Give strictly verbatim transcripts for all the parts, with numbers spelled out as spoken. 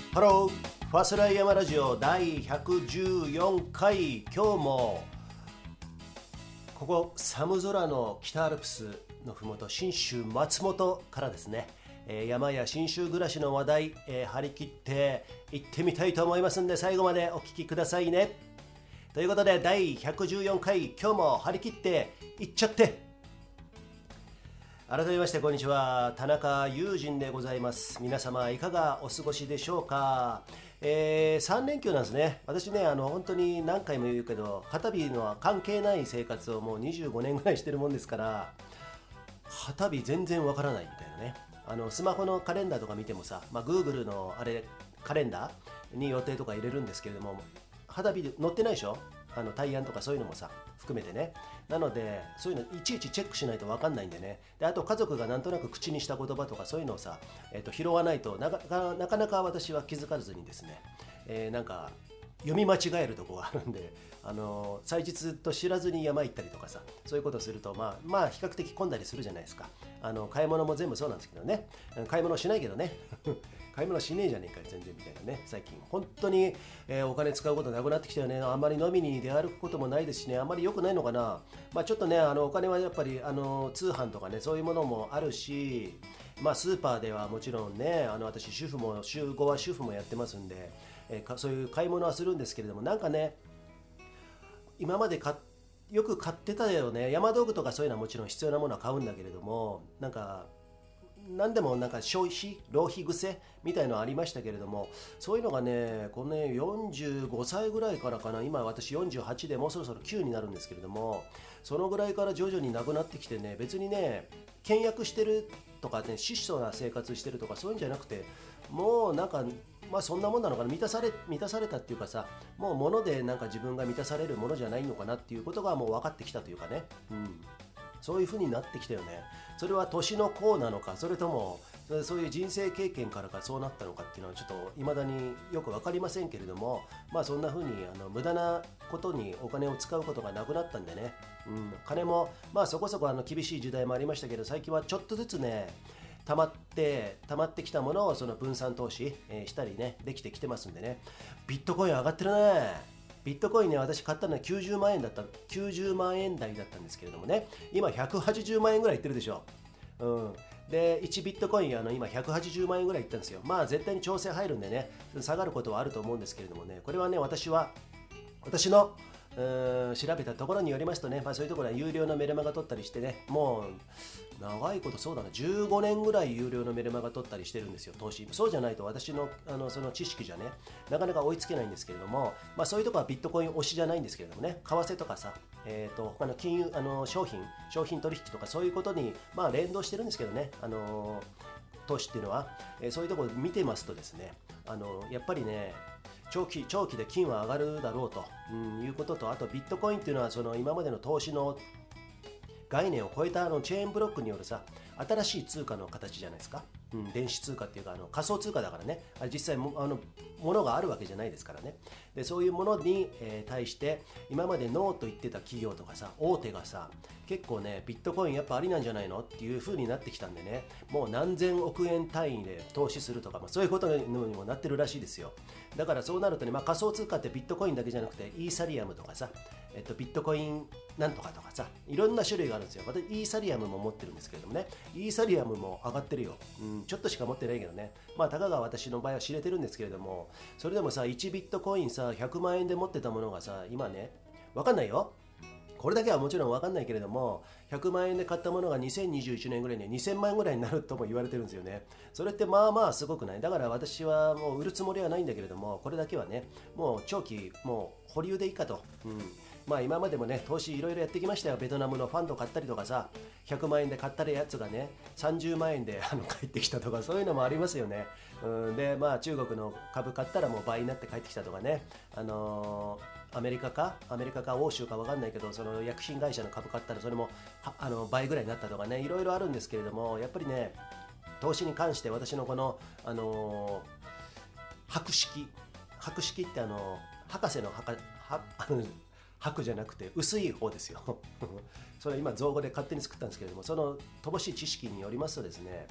ハロー、ファスライヤマラジオだいひゃくじゅうよんかい。今日もここ寒空の北アルプスのふもと信州松本からですね、えー、山や信州暮らしの話題、えー、張り切って行ってみたいと思いますんで、最後までお聞きくださいね。ということでだいひゃくじゅうよんかい、今日も張り切って行っちゃって。改めましてこんにちは、田中友人でございます。皆様いかがお過ごしでしょうか。えー、さん連休なんですね。私ね、あの本当に何回も言うけど、旗日のは関係ない生活をもうにじゅうごねんぐらいしてるもんですから、旗日全然わからないみたいなね。あのスマホのカレンダーとか見てもさ、まあ、Google のあれカレンダーに予定とか入れるんですけれども、旗日で載ってないでしょ。あの対案とかそういうのもさ含めてね。なのでそういうのいちいちチェックしないと分かんないんでね。であと家族がなんとなく口にした言葉とかそういうのをさ、えー、と拾わないとなかなかなか私は気づかずにですね、えー、なんか読み間違えるとこがあるんで、あのー、祭日と知らずに山行ったりとかさ、そういうことするとまあまあ比較的混んだりするじゃないですか。あの買い物も全部そうなんですけどね。買い物しないけどね買い物しねえじゃねえかよ全然みたいなね。最近本当に、えー、お金使うことなくなってきたよね。あんまり飲みに出歩くこともないですしね、あんまり良くないのかな。まあちょっとね、あのお金はやっぱりあの通販とかね、そういうものもあるし、まあスーパーではもちろんね、あの私主婦も週ごは主婦もやってますんで、えー、そういう買い物はするんですけれども、なんかね、今まで買よく買ってたよね。山道具とかそういうのはもちろん必要なものは買うんだけれども、なんか何でもなんか消費浪費癖みたいのはありましたけれども、そういうのがね、このねよんじゅうごさいぐらいからかな。今私よんじゅうはちでもうそろそろきゅうになるんですけれども、そのぐらいから徐々になくなってきてね、別にね倹約してるとかね、質素な生活してるとかそういうんじゃなくて、もうなんかまあそんなもんなのかな。満たされ満たされたっていうかさ、もう物でなんか自分が満たされるものじゃないのかなっていうことがもう分かってきたというかね。うん、そういう風になってきたよね。それは年の功なのか、それともそういう人生経験からかそうなったのかっていうのはちょっと未だによく分かりませんけれども、まあそんな風にあの無駄なことにお金を使うことがなくなったんでね。うん、金もまあそこそこあの厳しい時代もありましたけど、最近はちょっとずつね溜まって溜まってきたものをその分散投資、えーしたりねできてきてますんでね。ビットコイン上がってるね。ビットコインね、私買ったのはきゅうじゅうまんえんだった、きゅうじゅうまんえん台だったんですけれどもね、今ひゃくはちじゅうまんえんぐらいいってるでしょ。うん、でいちビットコインあの今ひゃくはちじゅうまんえんぐらいいったんですよ。まあ絶対に調整入るんでね、下がることはあると思うんですけれどもね、これはね、私は私のうーん調べたところによりますとね、まあ、そういうところは有料のメルマガ取ったりしてね、もう長いことそうだな、じゅうごねんぐらい有料のメルマガ取ったりしてるんですよ、投資。そうじゃないと私のあのその知識じゃね、なかなか追いつけないんですけれども、まあ、そういうところはビットコイン推しじゃないんですけれどもね、為替とかさ、えー、と他の金融あの商品、商品取引とかそういうことに、まあ、連動してるんですけどね、あの投資っていうのは、えーそういうところを見てますとですね、あのやっぱりね、長期長期で金は上がるだろうと、うん、いうことと、あとビットコインっていうのはその今までの投資の概念を超えたあのチェーンブロックによるさ、新しい通貨の形じゃないですか。うん、電子通貨っていうかあの仮想通貨だからね、あれ実際もあのものがあるわけじゃないですからね。でそういうものに、えー対して今までノーと言ってた企業とかさ、大手がさ、結構ねビットコインやっぱありなんじゃないのっていう風になってきたんでね、もう何千億円単位で投資するとか、まあ、そういうことにもなってるらしいですよ。だからそうなるとね、まあ、仮想通貨ってビットコインだけじゃなくてイーサリアムとかさ、えっと、ビットコインなんとかとかさ、いろんな種類があるんですよ。私イーサリアムも持ってるんですけれどもね、イーサリアムも上がってるよ。うん、ちょっとしか持ってないけどね、まあたかが私の場合は知れてるんですけれども、それでもさいちビットコインさひゃくまんえんで持ってたものがさ、今ね、わかんないよ、これだけはもちろん分かんないけれども、ひゃくまんえんで買ったものがにせんにじゅういちねんぐらいにはにせんまん円ぐらいになるとも言われてるんですよね。それってまあまあすごくない。だから私はもう売るつもりはないんだけれども、これだけはね、もう長期もう保留でいいかと。うん、まあ今までもね、投資いろいろやってきましたよ。ベトナムのファンド買ったりとかさ、ひゃくまんえんで買ったやつがね、さんじゅうまんえんであの帰ってきたとか、そういうのもありますよね。うん、で、まあ中国の株買ったらもう倍になって帰ってきたとかね。あのーアメリカかアメリカか欧州か分かんないけど、その薬品会社の株買ったらそれもはあの倍ぐらいになったとかね、いろいろあるんですけれども、やっぱりね、投資に関して私のこの、あのー博識博識ってあの博士の博はあの博じゃなくて薄い方ですよそれ今造語で勝手に作ったんですけれども、その乏しい知識によりますとですね、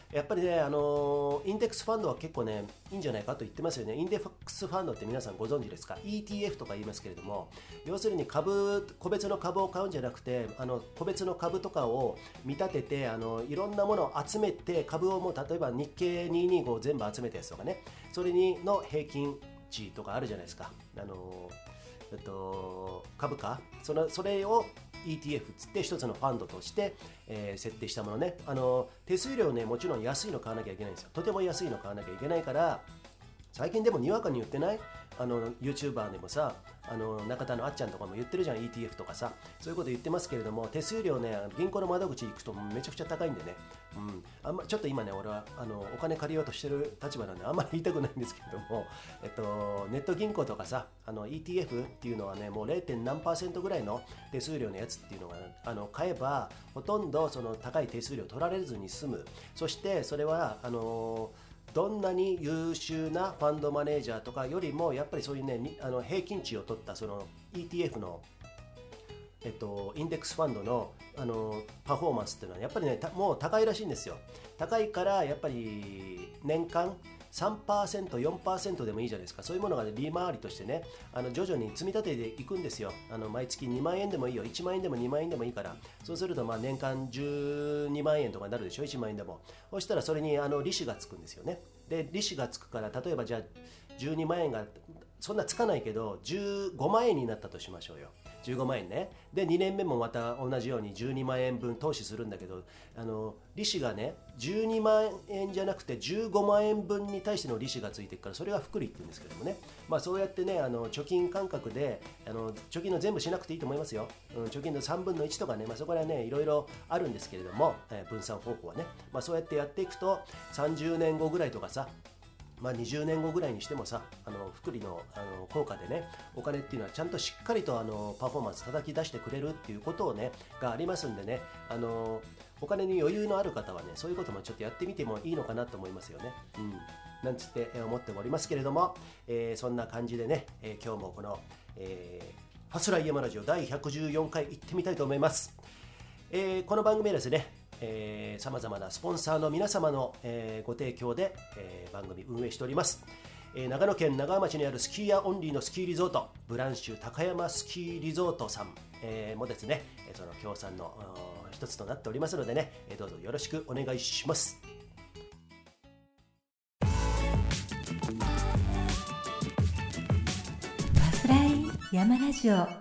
やっぱりね、あのインデックスファンドは結構ね、いいんじゃないかと言ってますよね。インデックスファンドって皆さんご存知ですか？ イーティーエフ とか言いますけれども、要するに株、個別の株を買うんじゃなくて、あの個別の株とかを見立てて、あのいろんなものを集めて、株をもう例えば日経にひゃくにじゅうご全部集めたやつとかね、それにの平均値とかあるじゃないですか。あのえっと、株価その、それを イーティーエフ つって一つのファンドとして、えー設定したものね。あの手数料ね、もちろん安いの買わなきゃいけないんですよ。とても安いの買わなきゃいけないから、最近でもにわかに言ってない？あの YouTuber でもさ、あの中田のあっちゃんとかも言ってるじゃん、 イーティーエフ とかさ、そういうこと言ってますけれども、手数料ね、銀行の窓口行くとめちゃくちゃ高いんでね、うん、あんまちょっと今ね、俺はあのお金借りようとしてる立場なんであんまり言いたくないんですけれども、えっと、ネット銀行とかさ、あの イーティーエフ っていうのはね、もう れい. 何パーセントぐらいの手数料のやつっていうのが、あの買えばほとんどその高い手数料取られずに済む。そしてそれはあのどんなに優秀なファンドマネージャーとかよりもやっぱりそういうね、あの平均値を取ったその イーティーエフ の、えっと、インデックスファンドの、あのパフォーマンスっていうのはやっぱりね、もう高いらしいんですよ。高いからやっぱり年間さんパーセント、よんパーセント でもいいじゃないですか。そういうものが、ね、利回りとしてね、あの徐々に積み立てていくんですよ。あの毎月にまん円でもいいよ、いちまん円でもにまん円でもいいから、そうするとまあ年間じゅうにまん円とかになるでしょ、いちまん円でも。そしたらそれにあの利子がつくんですよね。で、利子がつくから、例えばじゃあじゅうにまん円がそんなつかないけどじゅうごまん円になったとしましょうよ。じゅうごまん円ね。でにねんめもまた同じようにじゅうにまん円分投資するんだけど、あの利子がねじゅうにまん円じゃなくてじゅうごまん円分に対しての利子がついていくから、それが複利って言うんですけどもね、まあ、そうやってね、あの貯金感覚で、あの貯金の全部しなくていいと思いますよ、うん、貯金のさんぶんのいちとかね、まあ、そこらねいろいろあるんですけれども、えー分散方法はね、まあ、そうやってやっていくとさんじゅうねんごぐらいとかさ、まあ、にじゅうねんごぐらいにしてもさ、あの複利の、あの効果でね、お金っていうのはちゃんとしっかりとあのパフォーマンス叩き出してくれるっていうことをねがありますんでね、あのお金に余裕のある方はね、そういうこともちょっとやってみてもいいのかなと思いますよね。うん、なんつってえー思っておりますけれども、えーそんな感じでね、えー今日もこの、えーファスライヤマラジオだいひゃくじゅうよんかい行ってみたいと思います。えーこの番組はですね、さまざまなスポンサーの皆様の、えーご提供で、えー番組運営しております。えー長野県長浜町にあるスキーヤーオンリーのスキーリゾート、ブランシュ高山スキーリゾートさん、えーもですね、えーその協賛のあー一つとなっておりますのでね、えーどうぞよろしくお願いします。 ファスライ山ラジオ。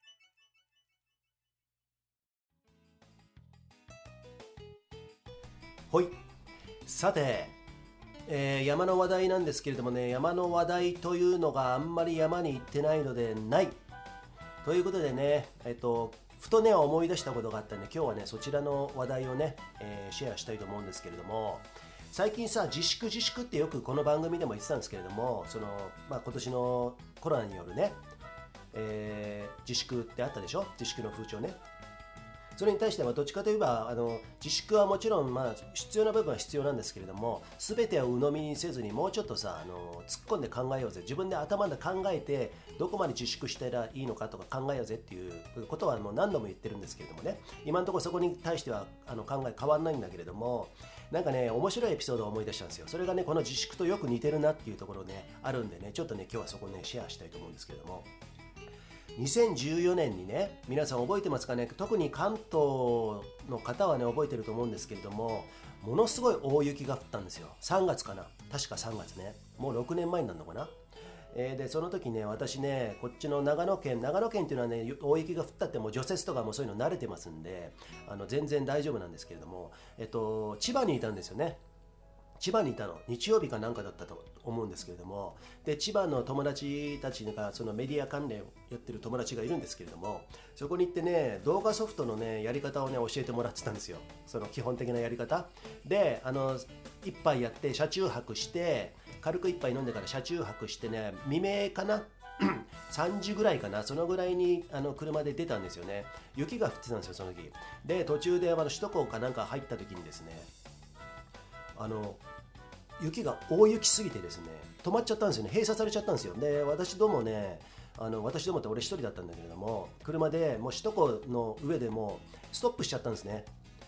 ほい、さて、えー山の話題なんですけれどもね、山の話題というのがあんまり山に行ってないのでないということでね、えっとふとね思い出したことがあったんで、今日はねそちらの話題をね、えーシェアしたいと思うんですけれども、最近さ、自粛自粛ってよくこの番組でも言ってたんですけれども、その、まあ、今年のコロナによるね、えー自粛ってあったでしょ、自粛の風潮ね。それに対してはどっちかといえば、あの自粛はもちろん、まあ、必要な部分は必要なんですけれども、全てを鵜呑みにせずにもうちょっとさ、あの突っ込んで考えようぜ、自分で頭で考えてどこまで自粛したらいいのかとか考えようぜっていうことはもう何度も言ってるんですけれどもね、今のところそこに対してはあの考え変わらないんだけれども、なんかね面白いエピソードを思い出したんですよ。それがねこの自粛とよく似てるなっていうところねあるんでね、ちょっとね今日はそこをねシェアしたいと思うんですけれども、にせんじゅうよねんにね、皆さん覚えてますかね、特に関東の方はね覚えてると思うんですけれども、ものすごい大雪が降ったんですよ。さんがつかな、確かさんがつね、もうろくねんまえになるのかな。えーでその時ね、私ねこっちの長野県長野県っていうのはね、大雪が降ったってもう除雪とかもそういうの慣れてますんで、あの全然大丈夫なんですけれども、えっと千葉にいたんですよね。千葉にいたの、日曜日かなんかだったと思うんですけれども、で千葉の友達たちがそのメディア関連をやってる友達がいるんですけれども、そこに行ってね動画ソフトのねやり方をね教えてもらってたんですよ。その基本的なやり方で、あの一杯やって車中泊して、軽く一杯飲んでから車中泊してね、未明かなさんじぐらいかな、そのぐらいにあの車で出たんですよね。雪が降ってたんですよその時で。途中であの首都高かなんか入った時にですね、あの雪が大雪すぎてですね止まっちゃったんですよね。閉鎖されちゃったんですよ。で私どもね、あの私どもって俺一人だったんだけれども、車でもう首都高の上でもうストップしちゃったんですね。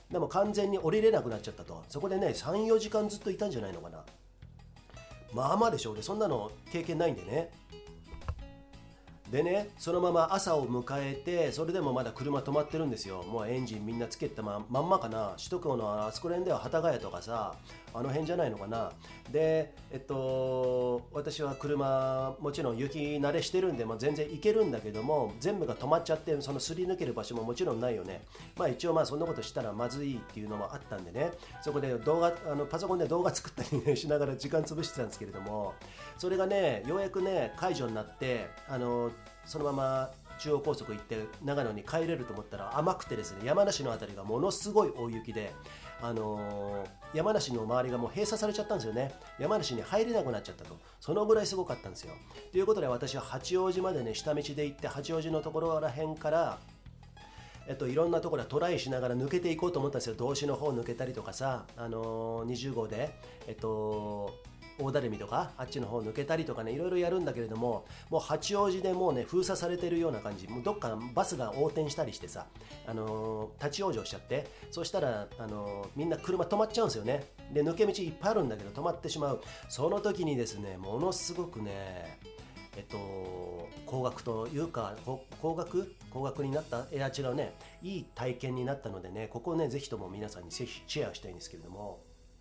でも完全に降りれなくなっちゃったと。そこでねさんよじかんずっといたんじゃないのかな。まあまあでしょ。俺そんなの経験ないんでね。でね、そのまま朝を迎えて、それでもまだ車止まってるんですよ。もうエンジンみんなつけたままんまかな。首都高のあそこら辺では幡ヶ谷とかさ、あの辺じゃないのかな。で、えっと、私は車、もちろん雪慣れしてるんで、まあ、全然行けるんだけども、全部が止まっちゃって、そのすり抜ける場所ももちろんないよね。まあ一応まあそんなことしたらまずいっていうのもあったんでね、そこで動画、あのパソコンで動画作ったり、ね、しながら時間潰してたんですけれども、それがね、ようやくね、解除になって、あの、そのまま中央高速行って長野に帰れると思ったら甘くてですね、山梨の辺りがものすごい大雪で、あのー、山梨の周りがもう閉鎖されちゃったんですよね。山梨に入れなくなっちゃったと。そのぐらいすごかったんですよ。ということで私は八王子までね、下道で行って、八王子のところら辺からえっと、いろんなところトライしながら抜けていこうと思ったんですよ。道志の方抜けたりとかさ、あのー、にじゅう号で、えっと大垂水とかあっちの方抜けたりとかね、いろいろやるんだけれども、もう八王子でもうね封鎖されてるような感じ。もうどっかバスが横転したりしてさ、あのー、立ち往生しちゃって、そしたら、あのー、みんな車止まっちゃうんですよね。で抜け道いっぱいあるんだけど止まってしまう。その時にですね、ものすごくね、えっと高額というか高額高額になった、いや違うね、いい体験になったのでね、ここをねぜひとも皆さんにシェアしたいんですけれども、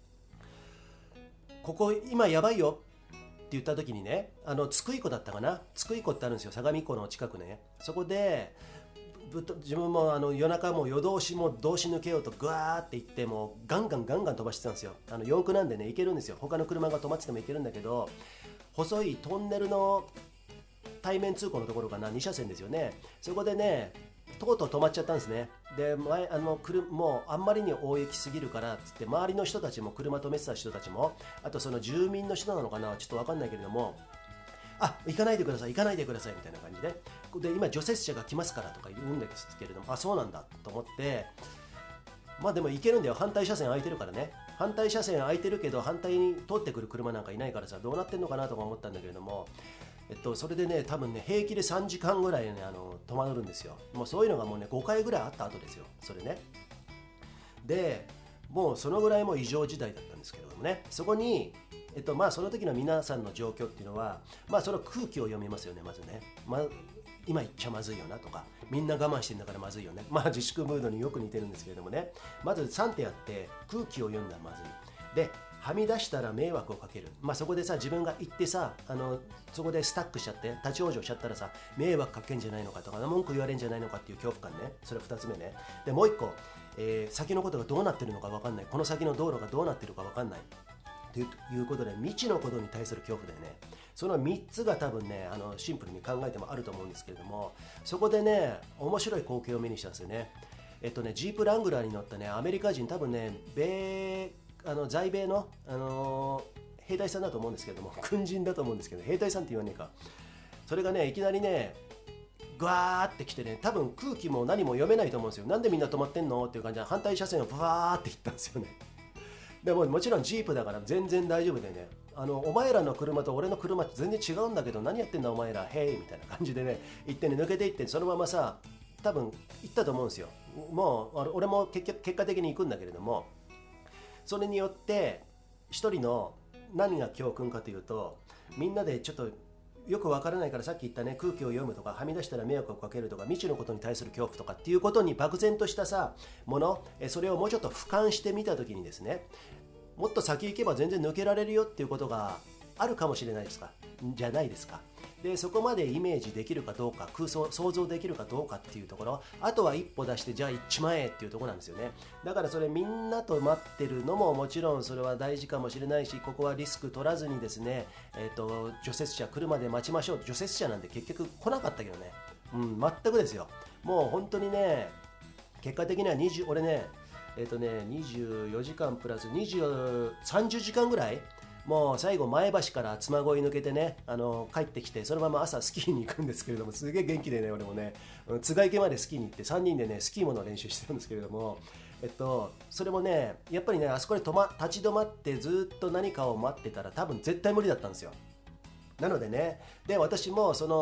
ここ今やばいよって言った時にね、あの津久井湖だったかな、津久井湖ってあるんですよ、相模湖の近くね。そこでぶっと自分もあの夜中も夜通しも通し抜けようとグワーって行って、もうガンガンガンガン飛ばしてたんですよ。あのよん区なんでね行けるんですよ。他の車が止まってても行けるんだけど、細いトンネルの対面通行のところかな、に車線ですよね。そこでねとうとう止まっちゃったんですね。で前あの車もうあんまりに大雪すぎるからっつって、周りの人たちも車止めてた人たちも、あとその住民の人なのかな、ちょっと分かんないけれども、あ、行かないでください行かないでくださいみたいな感じで、で今除雪車が来ますからとか言うんですけれども、あ、そうなんだと思って、まあでも行けるんだよ、反対車線空いてるからね。反対車線空いてるけど反対に通ってくる車なんかいないからさ、どうなってんのかなとか思ったんだけれども、えっと、それでね、多分ね、平気でさんじかんぐらいね、あの止まるんですよ。もうそういうのがもうね、ごかいぐらいあった後ですよ、それね。で、もうそのぐらいもう異常事態だったんですけれどもね、そこに、えっと、まあその時の皆さんの状況っていうのは、まあその空気を読みますよね、まずね。まあ今言っちゃまずいよなとか、みんな我慢してんだからまずいよね。まあ自粛ムードによく似てるんですけれどもね。まずさんてんあって、空気を読んだらまずい。で、はみ出したら迷惑をかける。まあそこでさ、自分が行ってさ、あのそこでスタックしちゃって立ち往生しちゃったらさ、迷惑かけんじゃないのかとか、文句言われんじゃないのかっていう恐怖感ね。それふたつめね。でもういっこ、えー、先のことがどうなってるのか分かんない。この先の道路がどうなってるか分かんないということで、未知のことに対する恐怖だよね。そのみっつが多分ね、あのシンプルに考えてもあると思うんですけれども、そこでね、面白い光景を目にしたんですよね。えっとね、ジープラングラーに乗ったね、アメリカ人、多分ね、米あの在米の、あのー、兵隊さんだと思うんですけども、軍人だと思うんですけど、兵隊さんって言わねえか。それがね、いきなりね、ぐわーって来てね、多分空気も何も読めないと思うんですよ。なんでみんな止まってんのっていう感じで、反対車線をブワーって行ったんですよね。でももちろんジープだから全然大丈夫でね、あのお前らの車と俺の車って全然違うんだけど、何やってんだお前ら、ヘイみたいな感じでね、行ってね、抜けていって、そのままさ、多分行ったと思うんですよ。もう俺も結局結果的に行くんだけれども、それによって一人の何が教訓かというと、みんなでちょっとよくわからないから、さっき言ったね、空気を読むとか、はみ出したら迷惑をかけるとか、未知のことに対する恐怖とかっていうことに漠然としたさもの、それをもうちょっと俯瞰してみたときにですね、もっと先行けば全然抜けられるよっていうことがあるかもしれないですか、じゃないですか。でそこまでイメージできるかどうか、空想想像できるかどうかっていうところ、あとは一歩出して、じゃあ行っちまえっていうところなんですよね。だからそれみんなと待ってるのももちろんそれは大事かもしれないし、ここはリスク取らずにですね、えーと除雪車来るまで待ちましょう。除雪車なんて結局来なかったけどね、うん、全くですよ。もう本当にね、結果的にはにじゅう俺ねえっ、ー、とねにじゅうよじかんプラスにじゅう、さんじゅうじかんぐらい、もう最後前橋から妻恋抜けてね、あの帰ってきて、そのまま朝スキーに行くんですけれども、すげえ元気でね、俺もね津賀池までスキーに行ってさんにんでねスキーモの練習してるんですけれども、えっとそれもね、やっぱりね、あそこで止、ま、立ち止まってずっと何かを待ってたら多分絶対無理だったんですよ。なのでね、で私もその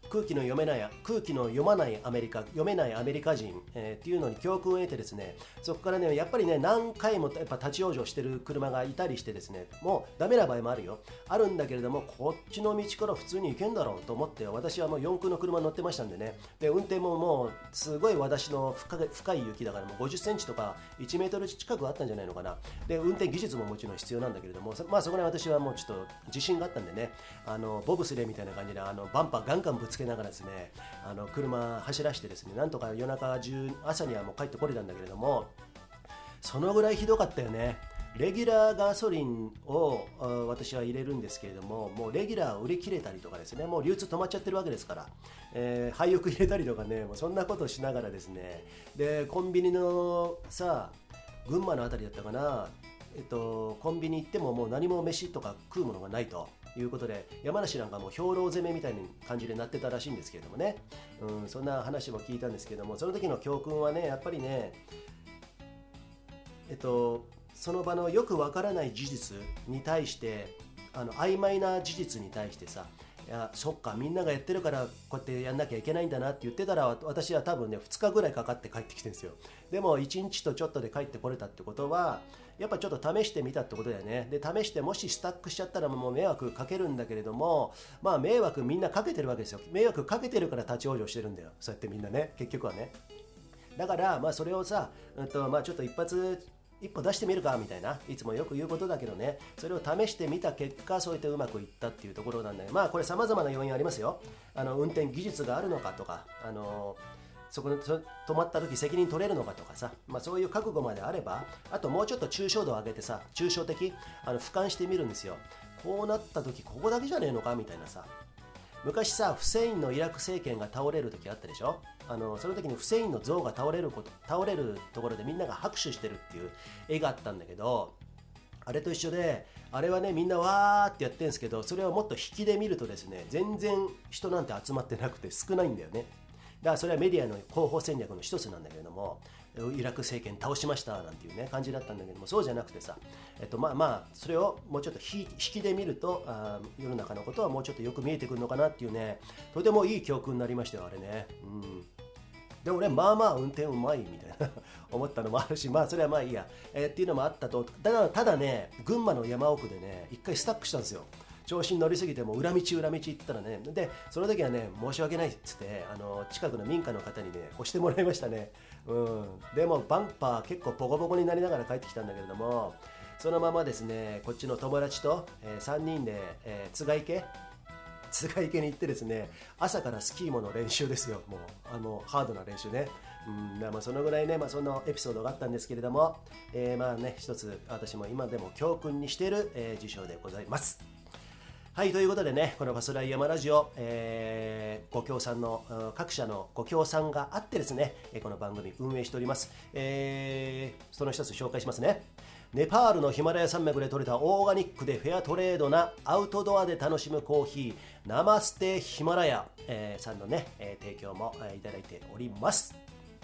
空気の読めない空気の読まないアメリカ読めないアメリカ人、えー、っていうのに教訓を得てですね、そこからねやっぱりね何回もやっぱ立ち往生してる車がいたりしてですね、もうダメな場合もあるよ、あるんだけれども、こっちの道から普通に行けんだろうと思って、私はもう四駆の車乗ってましたんでね、で運転ももうすごい私の深い、深い雪だからもうごじゅっセンチとかいちメートル近くあったんじゃないのかな。で運転技術ももちろん必要なんだけれども、まあそこで私はもうちょっと自信があったんでね、あのボブスレーみたいな感じであのバンパーガンガンぶつけながらですね、あの車走らしてですね、なんとか夜中中朝にはもう帰ってこれたんだけれども、そのぐらいひどかったよね。レギュラーガソリンを私は入れるんですけれども、もうレギュラー売り切れたりとかですね、もう流通止まっちゃってるわけですから、えー、廃屋入れたりとかね、もうそんなことしながらですね、でコンビニのさ、群馬のあたりだったかな、えっと、コンビニ行ってももう何も飯とか食うものがないということで、山梨なんかもう兵糧攻めみたいな感じでなってたらしいんですけれどもね、うん、そんな話も聞いたんですけれども、その時の教訓はね、やっぱりね、えっと、その場のよくわからない事実に対して、あの曖昧な事実に対してさ、いやそっかみんながやってるからこうやってやんなきゃいけないんだなって言ってたら、私は多分ねふつかぐらいかかって帰ってきてるんですよ。でもいちにちとちょっとで帰ってこれたってことは、やっぱちょっと試してみたってことだよね。で試してもしスタックしちゃったらもう迷惑かけるんだけれども、まあ迷惑みんなかけてるわけですよ。迷惑かけてるから立ち往生してるんだよ、そうやってみんなね、結局はね。だからまあそれをさ、うんとまあ、ちょっと一発一歩出してみるかみたいな、いつもよく言うことだけどね、それを試してみた結果そうやってうまくいったっていうところなんだよ。まあこれ様々な要因ありますよ。あの運転技術があるのかとか、あのそこで止まった時責任取れるのかとかさ、まあ、そういう覚悟まであれば、あともうちょっと抽象度を上げてさ、抽象的あの俯瞰してみるんですよ。こうなった時ここだけじゃねえのかみたいなさ。昔さ、フセインのイラク政権が倒れる時あったでしょ。あのその時にフセインの像が倒れること倒れるところでみんなが拍手してるっていう絵があったんだけど、あれと一緒で、あれはねみんなわーってやってるんですけど、それをもっと引きで見るとですね、全然人なんて集まってなくて少ないんだよね。だからそれはメディアの広報戦略の一つなんだけれども、イラク政権倒しましたなんていうね感じだったんだけども、そうじゃなくてさ、えっとまあまあそれをもうちょっと引きで見ると、あ世の中のことはもうちょっとよく見えてくるのかなっていうね、とてもいい教訓になりましたよあれね。うん。でもね、まあまあ運転うまいみたいな思ったのもあるし、まあそれはまあいいや、えー、っていうのもあったと。ただただね、群馬の山奥でね一回スタックしたんですよ。調子に乗りすぎても裏道裏道行ってたらね、でその時はね申し訳ないっつって、あの近くの民家の方にね押してもらいましたね。うん。でもバンパー結構ボコボコになりながら帰ってきたんだけれども、そのままですねこっちの友達と、えー、さんにんで、えー、津賀池津賀池に行ってですね、朝からスキーモの練習ですよ。もうあのハードな練習ね。うん、まあそのぐらいね、まあ、そんなエピソードがあったんですけれども、えー、まあね一つ私も今でも教訓にしている、えー、事象でございます。はい、ということでね、このファスライヤマラジオ、えー、ご協賛の各社のご協賛があってですね、この番組運営しております。えー、その一つ紹介しますね。ネパールのヒマラヤ山脈で採れたオーガニックでフェアトレードなアウトドアで楽しむコーヒーナマステヒマラヤ、えー、さんのね、えー、提供も、えー、いただいております。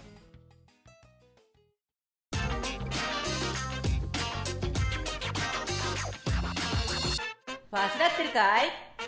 ファスラってるかい？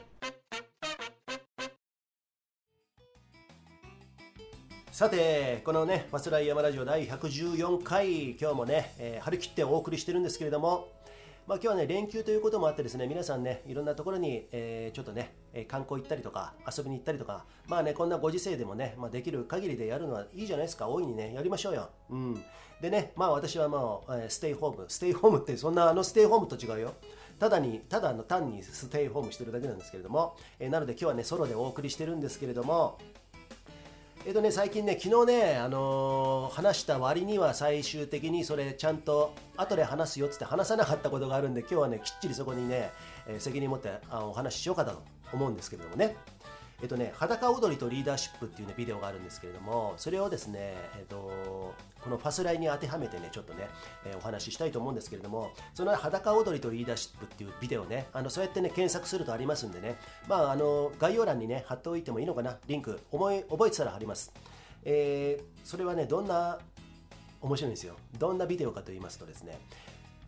さてこのねファスライヤマラジオだいひゃくじゅうよんかい、今日もね、えー、張り切ってお送りしてるんですけれども、まあ、今日はね連休ということもあってですね、皆さんねいろんなところに、えー、ちょっとね、えー、観光行ったりとか遊びに行ったりとか、まあねこんなご時世でもね、まあ、できる限りでやるのはいいじゃないですか。大いにねやりましょうよ。うん。でね、まあ私はもう、えー、ステイホームステイホームってそんなあのステイホームと違うよ。ただにただの単にステイホームしてるだけなんですけれども、えー、なので今日はねソロでお送りしてるんですけれども、えっとね、最近ね、昨日ね、あのー、話した割には最終的にそれちゃんと後で話すよっつって話さなかったことがあるんで、今日はねきっちりそこにね、えー、責任持ってあお話ししようかと思うんですけれどもね。えっとね、裸踊りとリーダーシップっていう、ね、ビデオがあるんですけれども、それをですね、えっと、このファスライに当てはめてねちょっとね、えー、お話ししたいと思うんですけれども、その裸踊りとリーダーシップっていうビデオね、あのそうやってね検索するとありますんでね、まああの概要欄にね貼っておいてもいいのかな、リンク思い覚えてたら貼ります。えー、それはねどんな面白いんですよ。どんなビデオかと言いますとですね、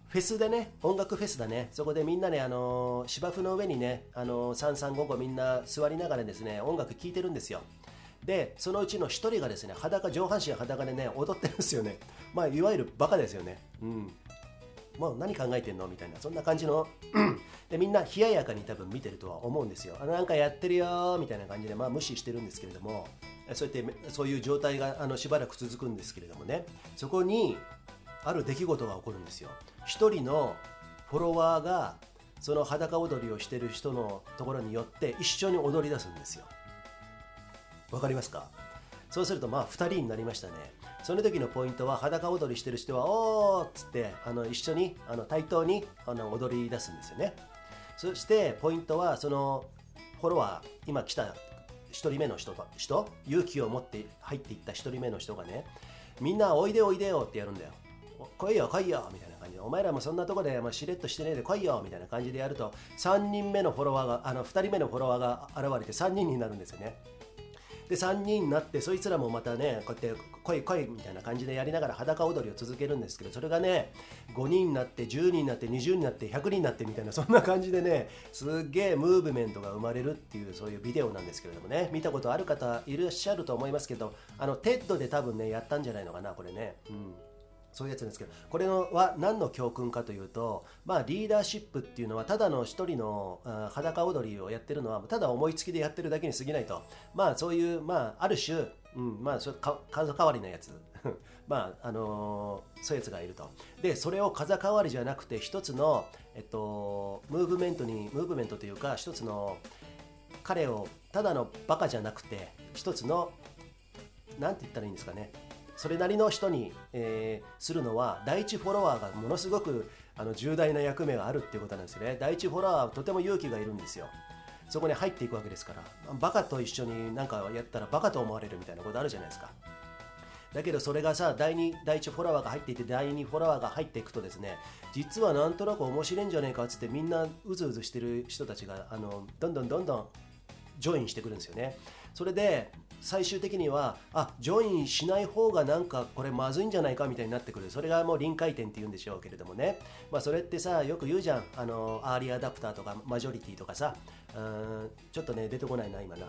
フェスでね、音楽フェスだね、そこでみんなね、あのー芝生の上にね、あのー、さんさんごごみんな座りながらですね、音楽聴いてるんですよ。で、そのうちの一人がですね、裸、上半身裸でね、踊ってるんですよね。まあ、いわゆるバカですよね。うん。もう何考えてんのみたいな、そんな感じので、みんな冷ややかに多分見てるとは思うんですよ。あのなんかやってるよみたいな感じで、まあ、無視してるんですけれども、そうやってそういう状態があのしばらく続くんですけれどもね、そこにある出来事が起こるんですよ。一人のフォロワーがその裸踊りをしてる人のところによって一緒に踊り出すんですよ。わかりますか？そうするとまあふたりになりましたね。その時のポイントは、裸踊りしてる人はおーっつってあの一緒にあの対等にあの踊り出すんですよね。そしてポイントは、そのフォロワー、今来たひとりめの人と人勇気を持って入っていったひとりめの人がね、みんなおいでおいでよってやるんだよ。来いよ来いよみたいな感じで、お前らもそんなとこで、まあ、しれっとしてねえで来いよみたいな感じでやると、さんにんめのフォロワーがあのふたりめのフォロワーが現れてさんにんになるんですよね。でさんにんになって、そいつらもまたね、こうやって来い来いみたいな感じでやりながら裸踊りを続けるんですけど、それがねごにんになってじゅうにんになってにじゅうにんになってひゃくにんになってみたいな、そんな感じでね、すっげえムーブメントが生まれるっていう、そういうビデオなんですけれどもね、見たことある方いらっしゃると思いますけど、あのテッドで多分ねやったんじゃないのかなこれね。うん、そういうやつなんですけど、これのは何の教訓かというと、まあ、リーダーシップっていうのは、ただの一人のあ裸踊りをやってるのはただ思いつきでやってるだけに過ぎないと、まあそういう、まあ、ある種、うん、まあそれか風変わりなやつまああのー、そういうやつがいると。でそれを風変わりじゃなくて、一つの、えっと、ムーブメントにムーブメントというか、一つの彼をただのバカじゃなくて、一つのなんて言ったらいいんですかね、それなりの人に、えー、するのは、第一フォロワーがものすごくあの重大な役目があるっていうことなんですよね。第一フォロワーはとても勇気がいるんですよ。そこに入っていくわけですから、バカと一緒になんかやったらバカと思われるみたいなことあるじゃないですか。だけどそれがさ、第二第一フォロワーが入っていて、第二フォロワーが入っていくとですね、実はなんとなく面白いんじゃないかっつって、みんなうずうずしてる人たちがあのどんどんどんどんジョインしてくるんですよね。それで最終的には、あ、ジョインしない方がなんかこれまずいんじゃないかみたいになってくる。それがもう臨界点っていうんでしょうけれどもね。まあそれってさ、よく言うじゃん、あのアーリーアダプターとかマジョリティとかさ、うーんちょっとね出てこないな今な。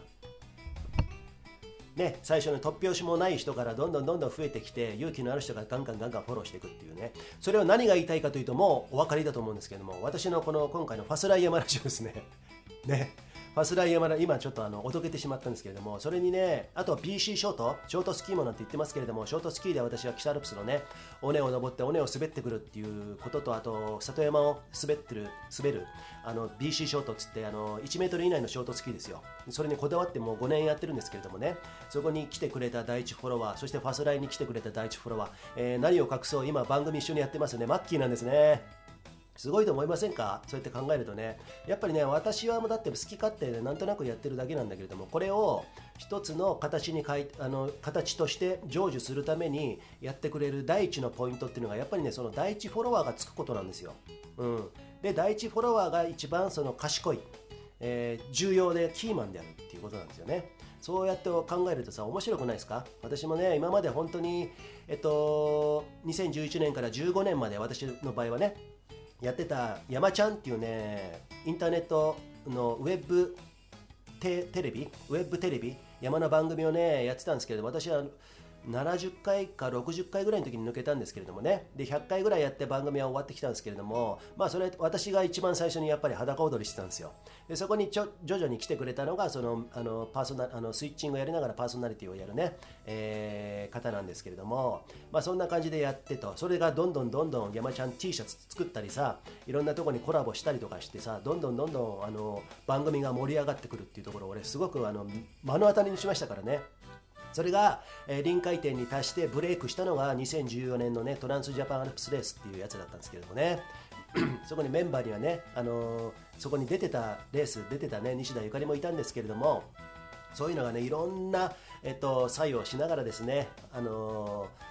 ね、最初の突拍子もない人からどんどんどんどん増えてきて、勇気のある人がガンガンガンガンフォローしていくっていうね。それを何が言いたいかというと、もうお分かりだと思うんですけれども、私のこの今回のファスライヤマラジオですね。ね。ファスライヤマラ、今ちょっとあのおどけてしまったんですけれども、それにね、あとは ピーシー ショート、ショートスキーもなんて言ってますけれども、ショートスキーで私は北アルプスのね、尾根を登って尾根を滑ってくるっていうことと、あと里山を滑ってる滑るあの ビーシー ショートっつって、あのいちメートル以内のショートスキーですよ。それにこだわってもうごねんやってるんですけれどもね、そこに来てくれた第一フォロワー、そしてファスライに来てくれた第一フォロワー、えー、何を隠そう、今番組一緒にやってますよね。マッキーなんですね。すごいと思いませんか？そうやって考えるとね、やっぱりね、私はもうだって好き勝手でなんとなくやってるだけなんだけれども、これを一つの形に変え、あの形として成就するためにやってくれる第一のポイントっていうのが、やっぱりね、その第一フォロワーがつくことなんですよ。うん、で第一フォロワーが一番その賢い、えー、重要でキーマンであるっていうことなんですよね。そうやって考えるとさ、面白くないですか？私もね、今まで本当に、えっと、にせんじゅういちねんからじゅうごねんまで、私の場合はね、やってた山ちゃんっていうね、インターネットのウェブテ、テレビウェブテレビ山の番組をねやってたんですけれども、私はななじゅっかいかろくじゅっかいぐらいの時に抜けたんですけれどもね、でひゃっかいぐらいやって番組は終わってきたんですけれども、まあそれ私が一番最初にやっぱり裸踊りしてたんですよ。でそこにちょ徐々に来てくれたのが、そのあのパーソナあのスイッチングをやりながらパーソナリティをやるね、えー、方なんですけれども、まあそんな感じでやってと、それがどんどんどんどん山ちゃん T シャツ作ったりさ、いろんなところにコラボしたりとかしてさ、どんどんどんどんあの番組が盛り上がってくるっていうところを俺すごくあの目の当たりにしましたからね。それが、えー、臨界点に達してブレイクしたのがにせんじゅうよねんのね、トランスジャパンアルプスレースっていうやつだったんですけれどもね。そこにメンバーにはね、あのー、そこに出てたレース出てたね西田ゆかりもいたんですけれども、そういうのがね、いろんな、えっと、作用しながらですね、あのー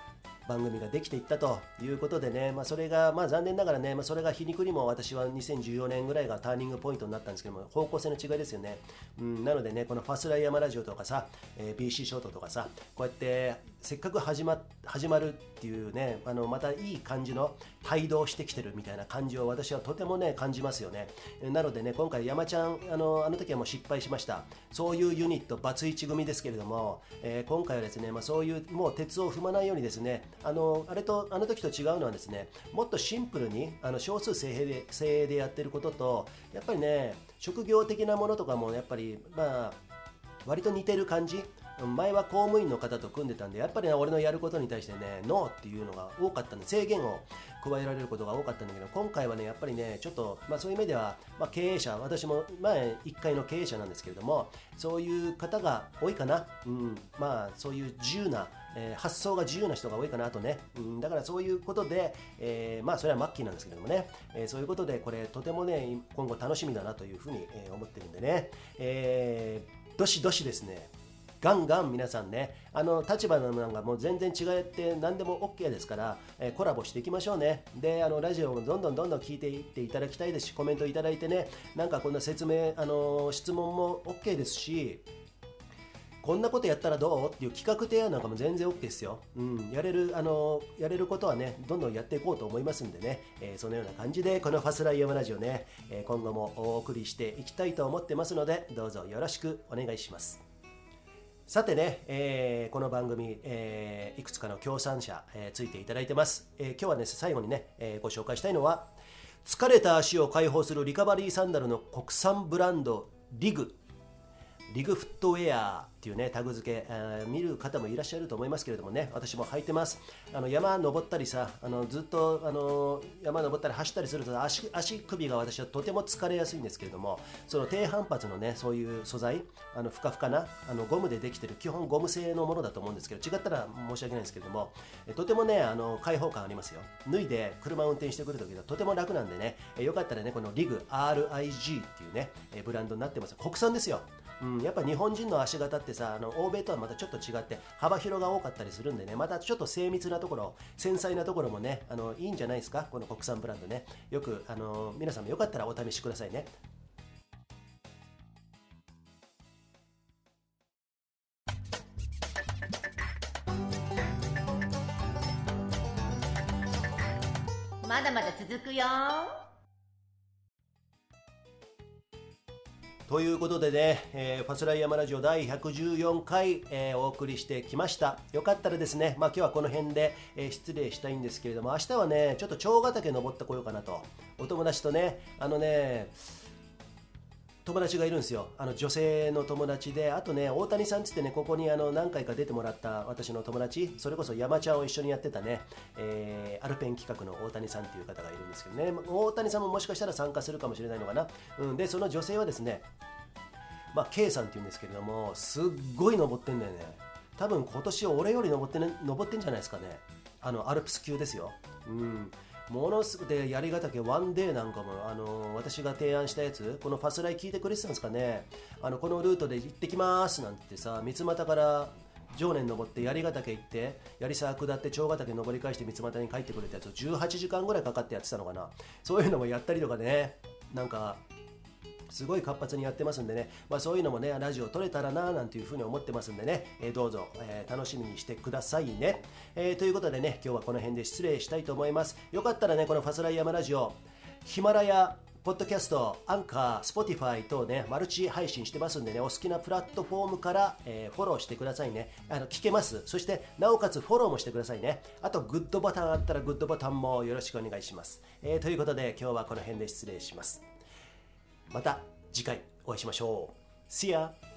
番組ができていったということでね、まあ、それがまあ残念ながらね、まあ、それが皮肉にも私はにせんじゅうよねんぐらいがターニングポイントになったんですけども、方向性の違いですよね。うん、なのでね、このファスライヤマラジオとかさ、えー、ビーシー ショートとかさ、こうやってせっかく始ま始まるっていうね、あのまたいい感じの帯同してきてるみたいな感じを私はとてもね感じますよね。なのでね、今回山ちゃん、あのあの時はもう失敗しました。そういうユニットバツイチ組ですけれども、えー、今回はですね、まあ、そういうもう鉄を踏まないようにですね、あのあれとあの時と違うのはですね、もっとシンプルにあの少数精鋭で精鋭でやってることと、やっぱりね職業的なものとかもやっぱりまあ割と似てる感じ。前は公務員の方と組んでたんで、やっぱり、ね、俺のやることに対してねノーっていうのが多かったんで、制限を加えられることが多かったんだけど、今回はねやっぱりねちょっと、まあ、そういう意味では、まあ、経営者、私も前いっかいの経営者なんですけれども、そういう方が多いかな、うん、まあそういう自由な、えー、発想が自由な人が多いかなとね、うん、だからそういうことで、えー、まあそれはマッキーなんですけれどもね、えー、そういうことでこれとてもね今後楽しみだなというふうに、えー、思ってるんでね、えー、どしどしですねガンガン皆さんね、あの立場のなんかもう全然違って何でも OK ですから、えー、コラボしていきましょうね。で、あのラジオもどんどんどんどん聞いていっていただきたいですし、コメントいただいてね、なんかこんな説明、あのー、質問も OK ですし、こんなことやったらどうっていう企画提案なんかも全然 OK ですよ。うん、やれる、あのー、やれることはね、どんどんやっていこうと思いますんでね、えー、そのような感じで、このファスライヤマラジオね、えー、今後もお送りしていきたいと思ってますので、どうぞよろしくお願いします。さてね、えー、この番組、えー、いくつかの協賛者、えー、ついていただいてます。えー、今日はね、最後にね、えー、ご紹介したいのは、疲れた足を解放するリカバリーサンダルの国産ブランド、リグ。リグフットウェアっていうねタグ付け、えー、見る方もいらっしゃると思いますけれどもね、私も履いてます。あの山登ったりさ、あのずっとあの山登ったり走ったりすると 足, 足首が私はとても疲れやすいんですけれども、その低反発のねそういう素材、あのふかふかなあのゴムでできてる基本ゴム製のものだと思うんですけど、違ったら申し訳ないんですけれども、えとてもねあの開放感ありますよ。脱いで車を運転してくるときはとても楽なんでね、えよかったらねこのリグ アールアイジー っていうねブランドになってます。国産ですよ。うん、やっぱ日本人の足型ってさ、あの欧米とはまたちょっと違って幅広が多かったりするんでね、またちょっと精密なところ、繊細なところもね、あのいいんじゃないですか、この国産ブランドね。よくあの皆さんもよかったらお試しくださいね。 まだまだ続くよ。 ということでね、えー、ファスライヤマラジオだいひゃくじゅうよんかい、えー、お送りしてきました。よかったらですね、まあ、今日はこの辺で、えー、失礼したいんですけれども、明日はねちょっと長ヶ岳登ってこようかなと、お友達とね、あのね友達がいるんですよ。あの女性の友達で、あとね大谷さんつってね、ここにあの何回か出てもらった私の友達、それこそ山ちゃんを一緒にやってたね、えー、アルペン企画の大谷さんっていう方がいるんですけどね、大谷さんももしかしたら参加するかもしれないのかな、うん、でその女性はですね、まあ、K さんっていうんですけれども、すっごい登ってんだよね。多分今年俺より登って,、ね、登ってんじゃないですかね。あのアルプス級ですよ。うん、ものすごくで槍ヶ岳ワンデーなんかも、あの私が提案したやつ、このファスライ聞いてくれてたんですかね。あのこのルートで行ってきますなんてさ、三俣から常年登って槍ヶ岳行って槍沢下って長ヶ岳登り返して三俣に帰ってくれたやつをじゅうはちじかんぐらいかかってやってたのかな。そういうのもやったりとかね、なんかすごい活発にやってますんでね、まあ、そういうのもねラジオ撮れたらななんていうふうに思ってますんでね、えー、どうぞ、えー、楽しみにしてくださいね、えー、ということでね、今日はこの辺で失礼したいと思います。よかったらねこのファスライヤマラジオ、ヒマラヤポッドキャスト、アンカー、スポティファイ等ねマルチ配信してますんでね、お好きなプラットフォームから、えー、フォローしてくださいね。あの聞けます。そしてなおかつフォローもしてくださいね。あとグッドボタンあったらグッドボタンもよろしくお願いします、えー、ということで今日はこの辺で失礼します。また次回お会いしましょう。See ya!